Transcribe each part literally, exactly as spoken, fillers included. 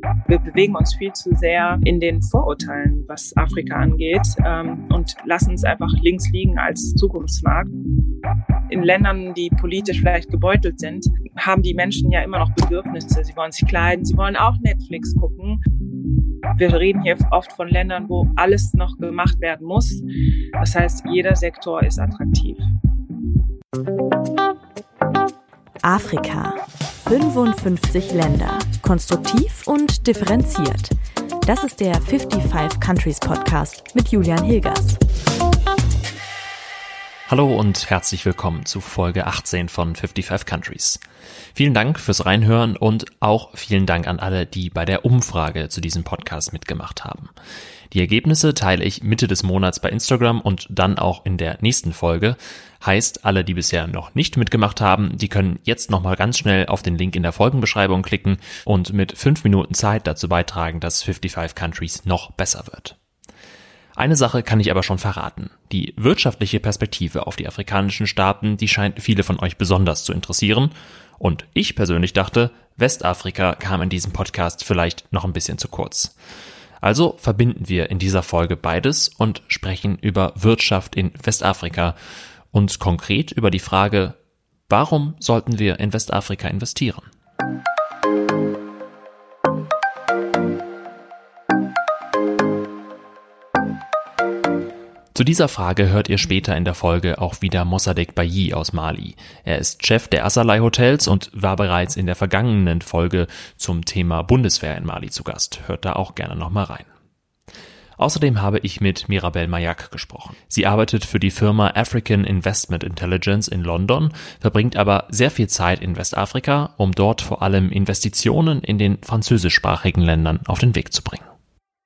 Wir bewegen uns viel zu sehr in den Vorurteilen, was Afrika angeht, ähm, und lassen es einfach links liegen als Zukunftsmarkt. In Ländern, die politisch vielleicht gebeutelt sind, haben die Menschen ja immer noch Bedürfnisse. Sie wollen sich kleiden, sie wollen auch Netflix gucken. Wir reden hier oft von Ländern, wo alles noch gemacht werden muss. Das heißt, jeder Sektor ist attraktiv. Afrika. fünfundfünfzig Länder. Konstruktiv und differenziert. Das ist der fünfundfünfzig Countries Podcast mit Julian Hilgers. Hallo und herzlich willkommen zu Folge achtzehn von fünfundfünfzig Countries. Vielen Dank fürs Reinhören und auch vielen Dank an alle, die bei der Umfrage zu diesem Podcast mitgemacht haben. Die Ergebnisse teile ich Mitte des Monats bei Instagram und dann auch in der nächsten Folge. Heißt, alle, die bisher noch nicht mitgemacht haben, die können jetzt nochmal ganz schnell auf den Link in der Folgenbeschreibung klicken und mit fünf Minuten Zeit dazu beitragen, dass fünfundfünfzig Countries noch besser wird. Eine Sache kann ich aber schon verraten. Die wirtschaftliche Perspektive auf die afrikanischen Staaten, die scheint viele von euch besonders zu interessieren. Und ich persönlich dachte, Westafrika kam in diesem Podcast vielleicht noch ein bisschen zu kurz. Also verbinden wir in dieser Folge beides und sprechen über Wirtschaft in Westafrika und konkret über die Frage, warum sollten wir in Westafrika investieren? Zu dieser Frage hört ihr später in der Folge auch wieder Mossadegh Bailly aus Mali. Er ist Chef der Azalea Hotels und war bereits in der vergangenen Folge zum Thema Bundeswehr in Mali zu Gast. Hört da auch gerne nochmal rein. Außerdem habe ich mit Mirabel Mayak gesprochen. Sie arbeitet für die Firma African Investment Intelligence in London, verbringt aber sehr viel Zeit in Westafrika, um dort vor allem Investitionen in den französischsprachigen Ländern auf den Weg zu bringen.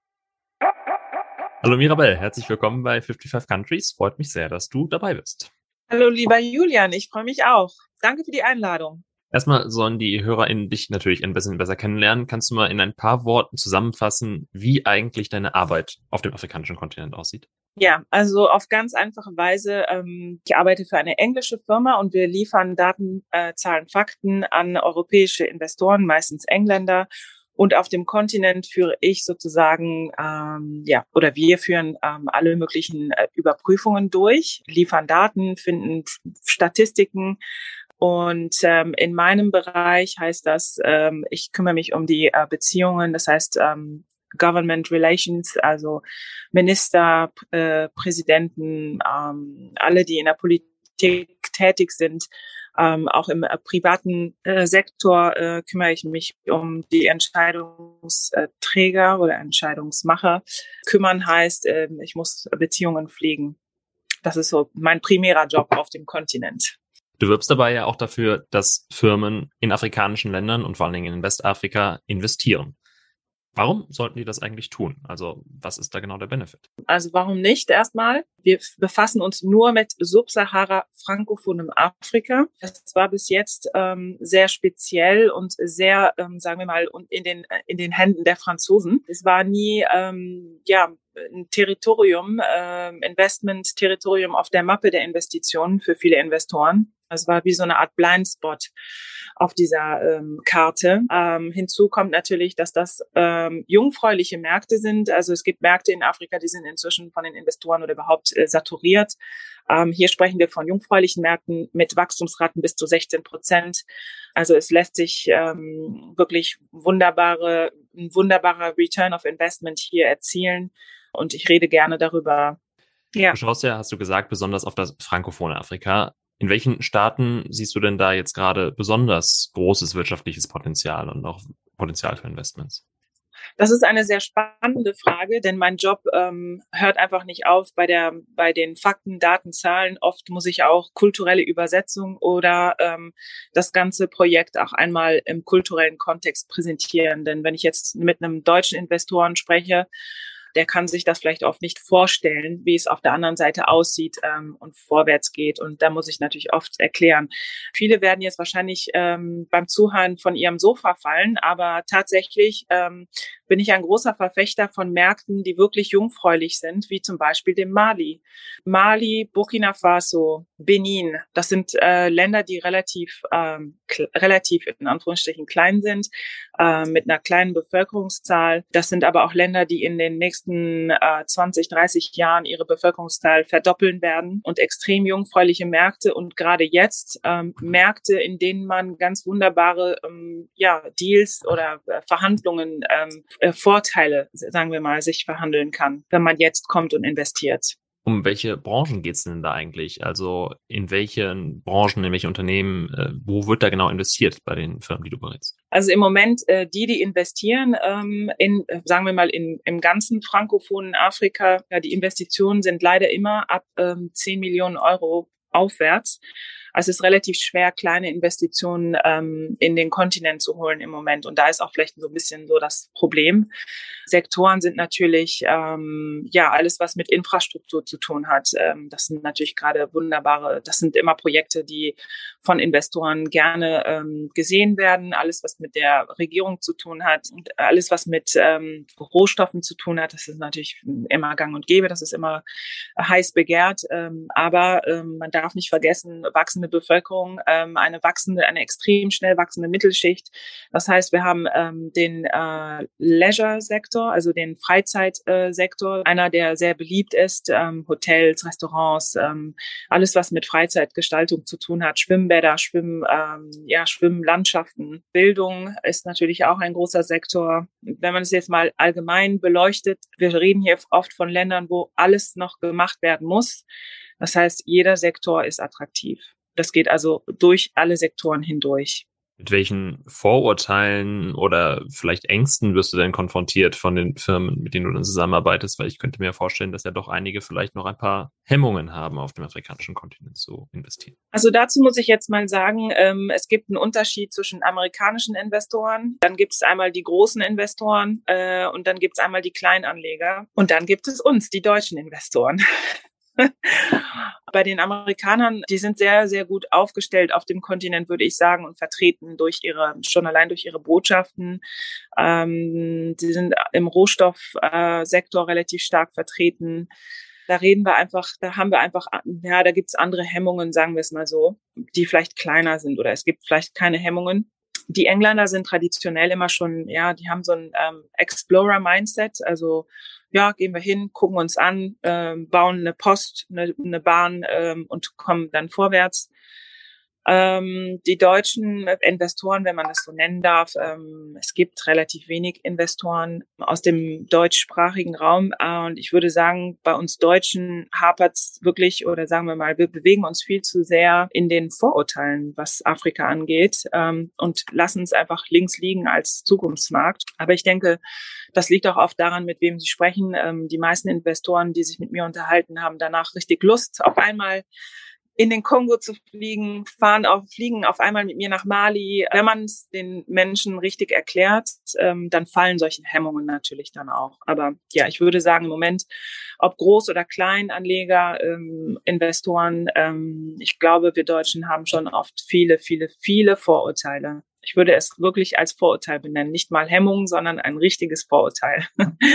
Hallo Mirabel, herzlich willkommen bei fünfundfünfzig Countries. Freut mich sehr, dass du dabei bist. Hallo lieber Julian, ich freue mich auch. Danke für die Einladung. Erstmal sollen die HörerInnen dich natürlich ein bisschen besser kennenlernen. Kannst du mal in ein paar Worten zusammenfassen, wie eigentlich deine Arbeit auf dem afrikanischen Kontinent aussieht? Ja, also auf ganz einfache Weise. Ähm, ich arbeite für eine englische Firma und wir liefern Daten, äh, Zahlen, Fakten an europäische Investoren, meistens Engländer. Und auf dem Kontinent führe ich sozusagen, ähm, ja, oder wir führen ähm, alle möglichen äh, Überprüfungen durch, liefern Daten, finden Statistiken. Und ähm, in meinem Bereich heißt das, ähm, ich kümmere mich um die äh, Beziehungen, das heißt ähm, Government Relations, also Minister, äh, Präsidenten, ähm, alle, die in der Politik tätig sind. Ähm, auch im äh, privaten äh, Sektor äh, kümmere ich mich um die Entscheidungsträger oder Entscheidungsmacher. Kümmern heißt, äh, ich muss Beziehungen pflegen. Das ist so mein primärer Job auf dem Kontinent. Du wirbst dabei ja auch dafür, dass Firmen in afrikanischen Ländern und vor allen Dingen in Westafrika investieren. Warum sollten die das eigentlich tun? Also was ist da genau der Benefit? Also warum nicht erstmal? Wir befassen uns nur mit Subsahara-frankophonem Afrika. Das war bis jetzt ähm, sehr speziell und sehr, ähm, sagen wir mal, in den in den Händen der Franzosen. Es war nie ähm, ja ein Territorium, äh, Investment-Territorium auf der Mappe der Investitionen für viele Investoren. Es war wie so eine Art Blindspot auf dieser ähm, Karte. Ähm, hinzu kommt natürlich, dass das ähm, jungfräuliche Märkte sind. Also es gibt Märkte in Afrika, die sind inzwischen von den Investoren oder überhaupt äh, saturiert. Ähm, hier sprechen wir von jungfräulichen Märkten mit Wachstumsraten bis zu sechzehn Prozent. Also es lässt sich ähm, wirklich wunderbare, ein wunderbarer Return of Investment hier erzielen. Und ich rede gerne darüber. Ja. Du schaust ja, hast du gesagt, besonders auf das frankophone Afrika. In welchen Staaten siehst du denn da jetzt gerade besonders großes wirtschaftliches Potenzial und auch Potenzial für Investments? Das ist eine sehr spannende Frage, denn mein Job ähm, hört einfach nicht auf bei der bei den Fakten, Daten, Zahlen. Oft muss ich auch kulturelle Übersetzung oder ähm, das ganze Projekt auch einmal im kulturellen Kontext präsentieren. Denn wenn ich jetzt mit einem deutschen Investoren spreche, der kann sich das vielleicht oft nicht vorstellen, wie es auf der anderen Seite aussieht ähm, und vorwärts geht. Und da muss ich natürlich oft erklären. Viele werden jetzt wahrscheinlich ähm, beim Zuhören von ihrem Sofa fallen, aber tatsächlich ähm, bin ich ein großer Verfechter von Märkten, die wirklich jungfräulich sind, wie zum Beispiel dem Mali. Mali, Burkina Faso, Benin, das sind äh, Länder, die relativ, ähm, kl- relativ in Anführungsstrichen klein sind, äh, mit einer kleinen Bevölkerungszahl. Das sind aber auch Länder, die in den nächsten äh, zwanzig, dreißig Jahren ihre Bevölkerungszahl verdoppeln werden und extrem jungfräuliche Märkte und gerade jetzt ähm, Märkte, in denen man ganz wunderbare ähm, ja, Deals oder äh, Verhandlungen, ähm, äh, Vorteile, sagen wir mal, sich verhandeln kann, wenn man jetzt kommt und investiert. Um welche Branchen geht's denn da eigentlich? Also in welchen Branchen, in welche Unternehmen, äh, wo wird da genau investiert bei den Firmen, die du berätst? Also im Moment äh, die, die investieren ähm, in, äh, sagen wir mal, in, im ganzen frankophonen Afrika, ja, die Investitionen sind leider immer ab ähm, zehn Millionen Euro aufwärts. Also es ist relativ schwer, kleine Investitionen ähm, in den Kontinent zu holen im Moment. Und da ist auch vielleicht so ein bisschen so das Problem. Sektoren sind natürlich, ähm, ja, alles, was mit Infrastruktur zu tun hat. Ähm, das sind natürlich gerade wunderbare, das sind immer Projekte, die von Investoren gerne ähm, gesehen werden. Alles, was mit der Regierung zu tun hat und alles, was mit ähm, Rohstoffen zu tun hat, das ist natürlich immer gang und gäbe. Das ist immer heiß begehrt. Ähm, aber ähm, man darf nicht vergessen, wachsende Bevölkerung, ähm, eine wachsende, eine extrem schnell wachsende Mittelschicht. Das heißt, wir haben ähm, den äh, Leisure-Sektor, also den Freizeitsektor, einer, der sehr beliebt ist, ähm, Hotels, Restaurants, ähm, alles, was mit Freizeitgestaltung zu tun hat, Schwimmbäder, Schwimm, ähm, ja, Schwimmlandschaften. Bildung ist natürlich auch ein großer Sektor. Wenn man es jetzt mal allgemein beleuchtet, wir reden hier oft von Ländern, wo alles noch gemacht werden muss. Das heißt, jeder Sektor ist attraktiv. Das geht also durch alle Sektoren hindurch. Mit welchen Vorurteilen oder vielleicht Ängsten wirst du denn konfrontiert von den Firmen, mit denen du dann zusammenarbeitest? Weil ich könnte mir vorstellen, dass ja doch einige vielleicht noch ein paar Hemmungen haben, auf dem afrikanischen Kontinent zu investieren. Also dazu muss ich jetzt mal sagen, ähm, es gibt einen Unterschied zwischen amerikanischen Investoren, dann gibt es einmal die großen Investoren äh, und dann gibt es einmal die Kleinanleger und dann gibt es uns, die deutschen Investoren. Bei den Amerikanern, die sind sehr, sehr gut aufgestellt auf dem Kontinent, würde ich sagen, und vertreten durch ihre, schon allein durch ihre Botschaften. Ähm, die sind im Rohstoffsektor äh, relativ stark vertreten. Da reden wir einfach, da haben wir einfach, ja, da gibt's andere Hemmungen, sagen wir es mal so, die vielleicht kleiner sind oder es gibt vielleicht keine Hemmungen. Die Engländer sind traditionell immer schon, ja, die haben so ein ähm, Explorer-Mindset, also ja, gehen wir hin, gucken uns an, ähm, bauen eine Post, eine, eine Bahn ähm, und kommen dann vorwärts. Ähm, die deutschen Investoren, wenn man das so nennen darf, ähm, es gibt relativ wenig Investoren aus dem deutschsprachigen Raum. Äh, und ich würde sagen, bei uns Deutschen hapert's wirklich, oder sagen wir mal, wir bewegen uns viel zu sehr in den Vorurteilen, was Afrika angeht, ähm, und lassen es einfach links liegen als Zukunftsmarkt. Aber ich denke, das liegt auch oft daran, mit wem Sie sprechen. Ähm, die meisten Investoren, die sich mit mir unterhalten, haben danach richtig Lust, auf einmal in den Kongo zu fliegen, fahren auf, fliegen auf einmal mit mir nach Mali. Wenn man es den Menschen richtig erklärt, ähm, dann fallen solche Hemmungen natürlich dann auch. Aber ja, ich würde sagen, im Moment, ob Groß- oder Kleinanleger, ähm, Investoren, ähm, ich glaube, wir Deutschen haben schon oft viele, viele, viele Vorurteile. Ich würde es wirklich als Vorurteil benennen. Nicht mal Hemmungen, sondern ein richtiges Vorurteil.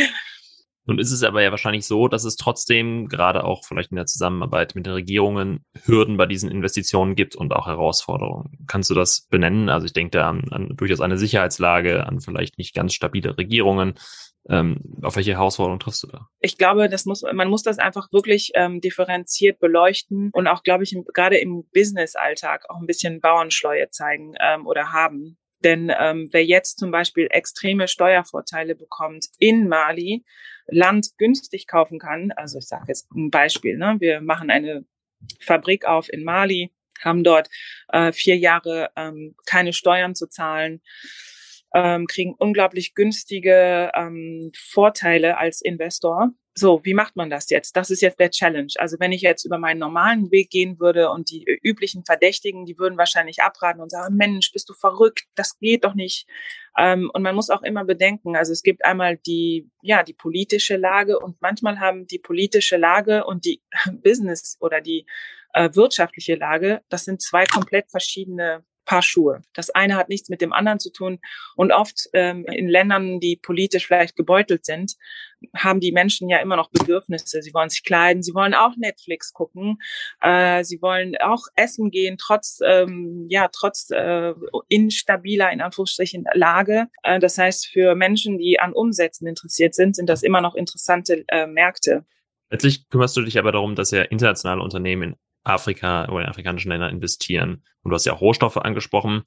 Nun ist es aber ja wahrscheinlich so, dass es trotzdem gerade auch vielleicht in der Zusammenarbeit mit den Regierungen Hürden bei diesen Investitionen gibt und auch Herausforderungen. Kannst du das benennen? Also ich denke da an, an durchaus eine Sicherheitslage, an vielleicht nicht ganz stabile Regierungen. Ähm, auf welche Herausforderungen triffst du da? Ich glaube, das muss, man muss das einfach wirklich ähm, differenziert beleuchten und auch, glaube ich, im, gerade im Business-Alltag auch ein bisschen Bauernschleue zeigen ähm, oder haben. Denn ähm, wer jetzt zum Beispiel extreme Steuervorteile bekommt in Mali, Land günstig kaufen kann, also ich sage jetzt ein Beispiel, ne? Wir machen eine Fabrik auf in Mali, haben dort äh, vier Jahre ähm, keine Steuern zu zahlen, ähm, kriegen unglaublich günstige ähm, Vorteile als Investor. So, wie macht man das jetzt? Das ist jetzt der Challenge. Also wenn ich jetzt über meinen normalen Weg gehen würde und die üblichen Verdächtigen, die würden wahrscheinlich abraten und sagen, Mensch, bist du verrückt? Das geht doch nicht. Ähm, und man muss auch immer bedenken, also es gibt einmal die, ja, die politische Lage und manchmal haben die politische Lage und die Business oder die äh, wirtschaftliche Lage, das sind zwei komplett verschiedene Paar Schuhe. Das eine hat nichts mit dem anderen zu tun. Und oft ähm, in Ländern, die politisch vielleicht gebeutelt sind, haben die Menschen ja immer noch Bedürfnisse. Sie wollen sich kleiden, sie wollen auch Netflix gucken, äh, sie wollen auch essen gehen, trotz ähm, ja trotz äh, instabiler, in Anführungsstrichen, Lage. Äh, das heißt, für Menschen, die an Umsätzen interessiert sind, sind das immer noch interessante äh, Märkte. Letztlich kümmerst du dich aber darum, dass ja internationale Unternehmen in Afrika oder in afrikanischen Ländern investieren. Und du hast ja auch Rohstoffe angesprochen.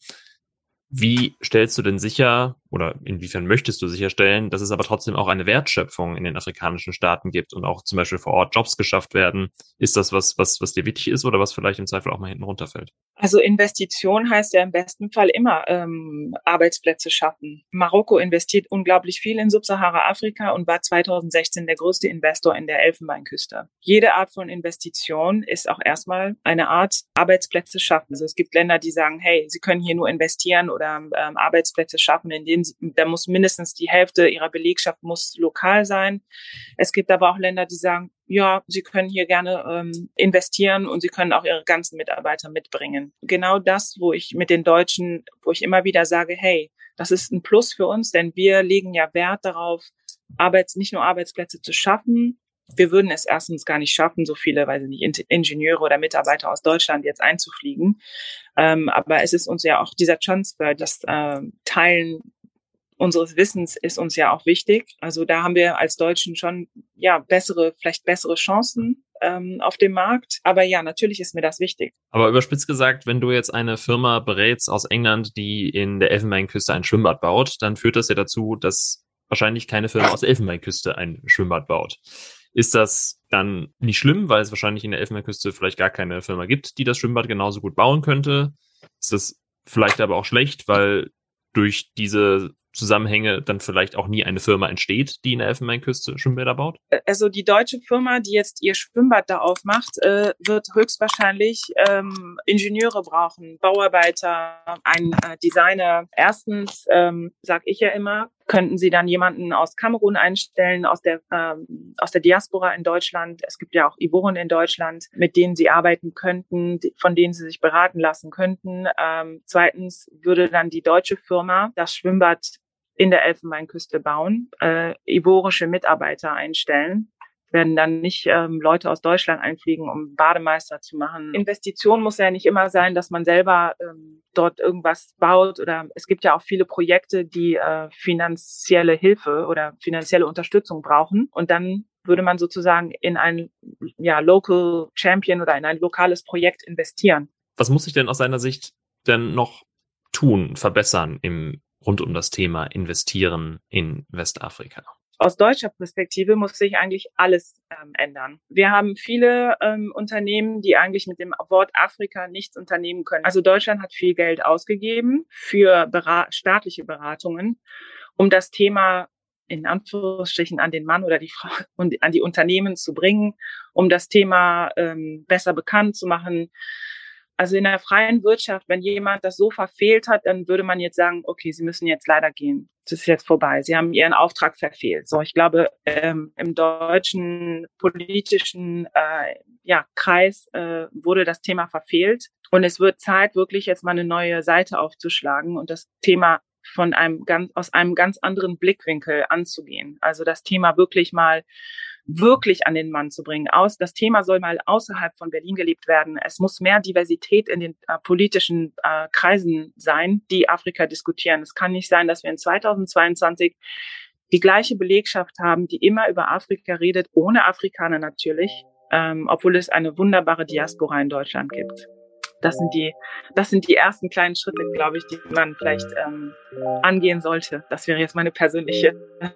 Wie stellst du denn sicher oder inwiefern möchtest du sicherstellen, dass es aber trotzdem auch eine Wertschöpfung in den afrikanischen Staaten gibt und auch zum Beispiel vor Ort Jobs geschafft werden? Ist das was, was, was dir wichtig ist oder was vielleicht im Zweifel auch mal hinten runterfällt? Also Investition heißt ja im besten Fall immer ähm, Arbeitsplätze schaffen. Marokko investiert unglaublich viel in Subsahara-Afrika und war zweitausendsechzehn der größte Investor in der Elfenbeinküste. Jede Art von Investition ist auch erstmal eine Art Arbeitsplätze schaffen. Also es gibt Länder, die sagen, hey, sie können hier nur investieren oder ähm, Arbeitsplätze schaffen, indem sie, da muss mindestens die Hälfte ihrer Belegschaft muss lokal sein. Es gibt aber auch Länder, die sagen, ja, sie können hier gerne ähm, investieren und sie können auch ihre ganzen Mitarbeiter mitbringen. Genau das, wo ich mit den Deutschen, wo ich immer wieder sage, hey, das ist ein Plus für uns, denn wir legen ja Wert darauf, Arbeits, nicht nur Arbeitsplätze zu schaffen. Wir würden es erstens gar nicht schaffen, so viele, weiß ich nicht, Ingenieure oder Mitarbeiter aus Deutschland jetzt einzufliegen. Ähm, aber es ist uns ja auch dieser Transfer, das äh, Teilen unseres Wissens ist uns ja auch wichtig. Also da haben wir als Deutschen schon ja bessere, vielleicht bessere Chancen ähm, auf dem Markt. Aber ja, natürlich ist mir das wichtig. Aber überspitzt gesagt, wenn du jetzt eine Firma berätst aus England, die in der Elfenbeinküste ein Schwimmbad baut, dann führt das ja dazu, dass wahrscheinlich keine Firma aus der Elfenbeinküste ein Schwimmbad baut. Ist das dann nicht schlimm, weil es wahrscheinlich in der Elfenbeinküste vielleicht gar keine Firma gibt, die das Schwimmbad genauso gut bauen könnte? Ist das vielleicht aber auch schlecht, weil durch diese Zusammenhänge dann vielleicht auch nie eine Firma entsteht, die in der Elfenbeinküste Schwimmbäder baut? Also die deutsche Firma, die jetzt ihr Schwimmbad da aufmacht, äh, wird höchstwahrscheinlich ähm, Ingenieure brauchen, Bauarbeiter, einen äh, Designer. Erstens, ähm, sage ich ja immer, könnten sie dann jemanden aus Kamerun einstellen, aus der ähm, aus der Diaspora in Deutschland. Es gibt ja auch Ivoren in Deutschland, mit denen sie arbeiten könnten, von denen sie sich beraten lassen könnten. Ähm, zweitens würde dann die deutsche Firma das Schwimmbad in der Elfenbeinküste bauen, äh, ivorische Mitarbeiter einstellen, werden dann nicht ähm, Leute aus Deutschland einfliegen, um Bademeister zu machen. Investition muss ja nicht immer sein, dass man selber ähm, dort irgendwas baut, oder es gibt ja auch viele Projekte, die äh, finanzielle Hilfe oder finanzielle Unterstützung brauchen, und dann würde man sozusagen in ein ja, Local Champion oder in ein lokales Projekt investieren. Was muss sich denn aus seiner Sicht denn noch tun, verbessern im rund um das Thema Investieren in Westafrika? Aus deutscher Perspektive muss sich eigentlich alles ähm, ändern. Wir haben viele ähm, Unternehmen, die eigentlich mit dem Wort Afrika nichts unternehmen können. Also Deutschland hat viel Geld ausgegeben für berat- staatliche Beratungen, um das Thema in Anführungsstrichen an den Mann oder die Frau und an die Unternehmen zu bringen, um das Thema ähm, besser bekannt zu machen. Also in der freien Wirtschaft, wenn jemand das so verfehlt hat, dann würde man jetzt sagen, okay, Sie müssen jetzt leider gehen. Das ist jetzt vorbei. Sie haben Ihren Auftrag verfehlt. So, ich glaube, ähm, im deutschen politischen äh, ja, Kreis äh, wurde das Thema verfehlt. Und es wird Zeit, wirklich jetzt mal eine neue Seite aufzuschlagen und das Thema von einem ganz, aus einem ganz anderen Blickwinkel anzugehen. Also das Thema wirklich mal wirklich an den Mann zu bringen. Aus, das Thema soll mal außerhalb von Berlin gelebt werden. Es muss mehr Diversität in den äh, politischen äh, Kreisen sein, die Afrika diskutieren. Es kann nicht sein, dass wir in zweitausendzweiundzwanzig die gleiche Belegschaft haben, die immer über Afrika redet, ohne Afrikaner natürlich, ähm, obwohl es eine wunderbare Diaspora in Deutschland gibt. Das sind die, das sind die ersten kleinen Schritte, glaube ich, die man vielleicht ähm, angehen sollte. Das wäre jetzt meine persönliche,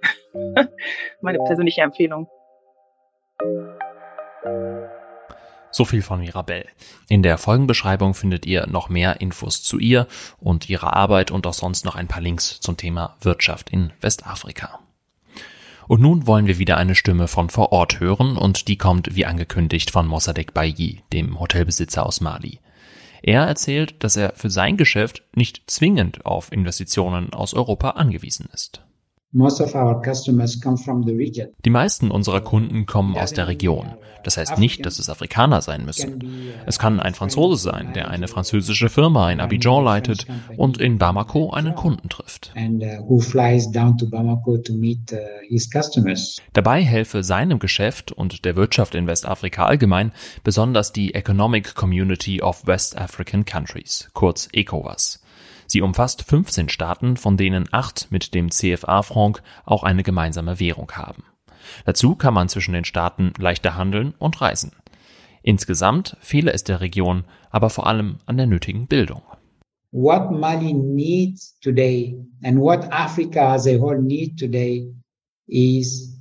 meine persönliche Empfehlung. So viel von Mirabel. In der Folgenbeschreibung findet ihr noch mehr Infos zu ihr und ihrer Arbeit und auch sonst noch ein paar Links zum Thema Wirtschaft in Westafrika. Und nun wollen wir wieder eine Stimme von vor Ort hören, und die kommt wie angekündigt von Mossadegh Bailly, dem Hotelbesitzer aus Mali. Er erzählt, dass er für sein Geschäft nicht zwingend auf Investitionen aus Europa angewiesen ist. Most of our customers come from the region. Die meisten unserer Kunden kommen aus der Region. Das heißt nicht, dass es Afrikaner sein müssen. Es kann ein Franzose sein, der eine französische Firma in Abidjan leitet und in Bamako einen Kunden trifft. Dabei helfe seinem Geschäft und der Wirtschaft in Westafrika allgemein besonders die Economic Community of West African Countries, kurz ECOWAS. Sie umfasst fünfzehn Staaten, von denen acht mit dem C F A-Franc auch eine gemeinsame Währung haben. Dazu kann man zwischen den Staaten leichter handeln und reisen. Insgesamt fehle es der Region aber vor allem an der nötigen Bildung. What Mali needs today and what Africa as a whole needs today is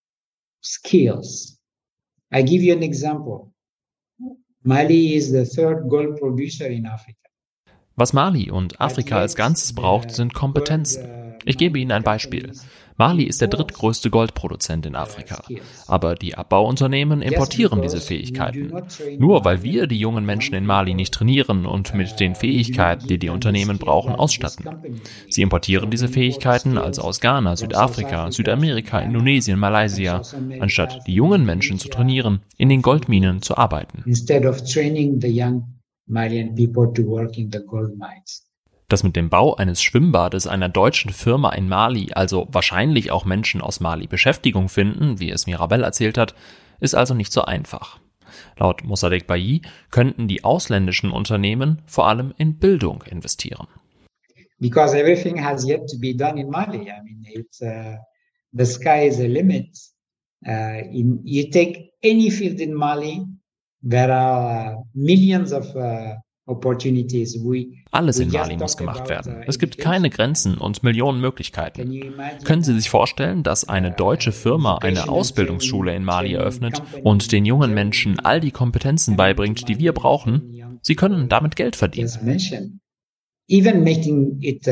skills. I give you an example. Mali is the third gold producer in Africa. Was Mali und Afrika als Ganzes braucht, sind Kompetenzen. Ich gebe Ihnen ein Beispiel. Mali ist der drittgrößte Goldproduzent in Afrika. Aber die Abbauunternehmen importieren diese Fähigkeiten. Nur weil wir die jungen Menschen in Mali nicht trainieren und mit den Fähigkeiten, die die Unternehmen brauchen, ausstatten. Sie importieren diese Fähigkeiten also aus Ghana, Südafrika, Südamerika, Indonesien, Malaysia, anstatt die jungen Menschen zu trainieren, in den Goldminen zu arbeiten. Instead of training the young Malian people to work in the gold mines. Dass mit dem Bau eines Schwimmbades einer deutschen Firma in Mali also wahrscheinlich auch Menschen aus Mali Beschäftigung finden, wie es Mirabel erzählt hat, ist also nicht so einfach. Laut Mossadegh Bailly könnten die ausländischen Unternehmen vor allem in Bildung investieren. Because everything has yet to be done in Mali. I mean, it's uh, the sky is the limit. Uh, in, you take any field in Mali, there are uh, millions of uh, opportunities. We, Alles in Mali muss gemacht werden. Es gibt keine Grenzen und Millionen Möglichkeiten. Können Sie sich vorstellen, dass eine deutsche Firma eine Ausbildungsschule in Mali eröffnet und den jungen Menschen all die Kompetenzen beibringt, die wir brauchen? Sie können damit Geld verdienen. Even making it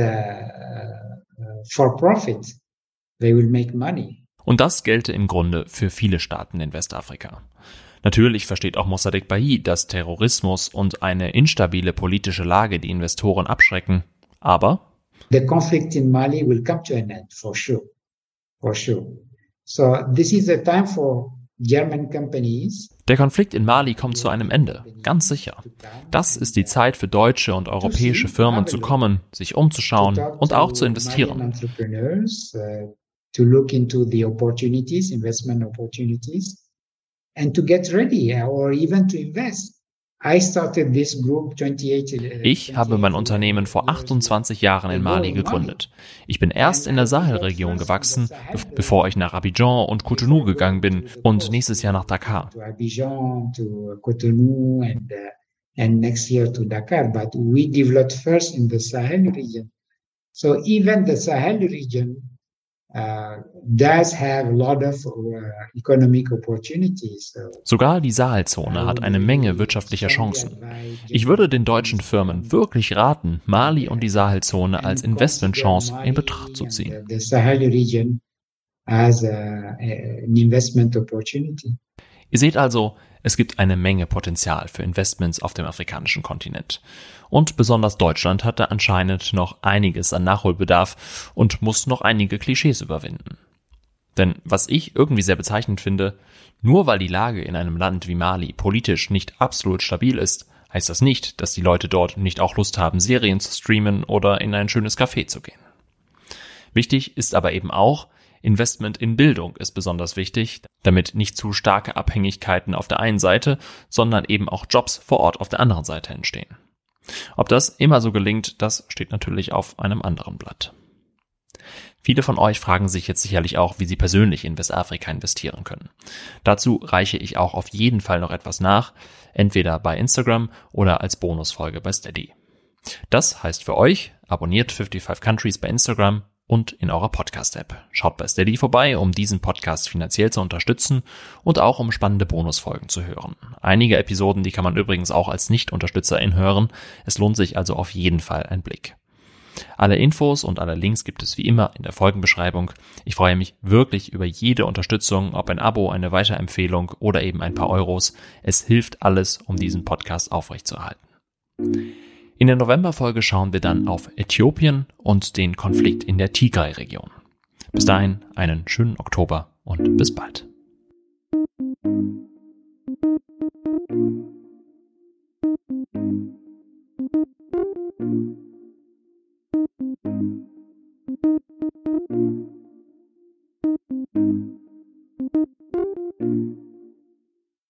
for profit, they will make money. Und das gelte im Grunde für viele Staaten in Westafrika. Natürlich versteht auch Mossadegh Bailly, dass Terrorismus und eine instabile politische Lage die Investoren abschrecken. Aber the conflict in Mali will come to an end for sure, for sure. So this is a time for German companies. Der Konflikt in Mali kommt zu einem Ende, ganz sicher. Das ist die Zeit für deutsche und europäische Firmen zu kommen, sich umzuschauen und auch zu investieren. To look into the opportunities, investment opportunities. And to get ready or even to invest. I started this group twenty-eight Ich habe mein Unternehmen vor achtundzwanzig Jahren in Mali gegründet. Ich bin erst in der Sahelregion gewachsen, bevor ich nach Abidjan und Cotonou gegangen bin und nächstes Jahr nach Dakar. To Abidjan, to Cotonou and, uh, and next year to Dakar. But we developed first in the Sahel region. So even the Sahel region Uh, does have a lot of uh, economic opportunities. So. Sogar die Sahelzone hat eine Menge wirtschaftlicher Chancen. Ich würde den deutschen Firmen wirklich raten, Mali und die Sahelzone als Investmentchance in Betracht zu ziehen. The Sahel region as a, an investment opportunity. Ihr seht also, es gibt eine Menge Potenzial für Investments auf dem afrikanischen Kontinent. Und besonders Deutschland hat da anscheinend noch einiges an Nachholbedarf und muss noch einige Klischees überwinden. Denn was ich irgendwie sehr bezeichnend finde, nur weil die Lage in einem Land wie Mali politisch nicht absolut stabil ist, heißt das nicht, dass die Leute dort nicht auch Lust haben, Serien zu streamen oder in ein schönes Café zu gehen. Wichtig ist aber eben auch, Investment in Bildung ist besonders wichtig, damit nicht zu starke Abhängigkeiten auf der einen Seite, sondern eben auch Jobs vor Ort auf der anderen Seite entstehen. Ob das immer so gelingt, das steht natürlich auf einem anderen Blatt. Viele von euch fragen sich jetzt sicherlich auch, wie sie persönlich in Westafrika investieren können. Dazu reiche ich auch auf jeden Fall noch etwas nach, entweder bei Instagram oder als Bonusfolge bei Steady. Das heißt für euch, abonniert fünfundfünfzig Countries bei Instagram und in eurer Podcast-App. Schaut bei Steady vorbei, um diesen Podcast finanziell zu unterstützen und auch um spannende Bonusfolgen zu hören. Einige Episoden, die kann man übrigens auch als Nicht-UnterstützerIn hören. Es lohnt sich also auf jeden Fall ein Blick. Alle Infos und alle Links gibt es wie immer in der Folgenbeschreibung. Ich freue mich wirklich über jede Unterstützung, ob ein Abo, eine Weiterempfehlung oder eben ein paar Euros. Es hilft alles, um diesen Podcast aufrechtzuerhalten. In der Novemberfolge schauen wir dann auf Äthiopien und den Konflikt in der Tigray-Region. Bis dahin einen schönen Oktober und bis bald.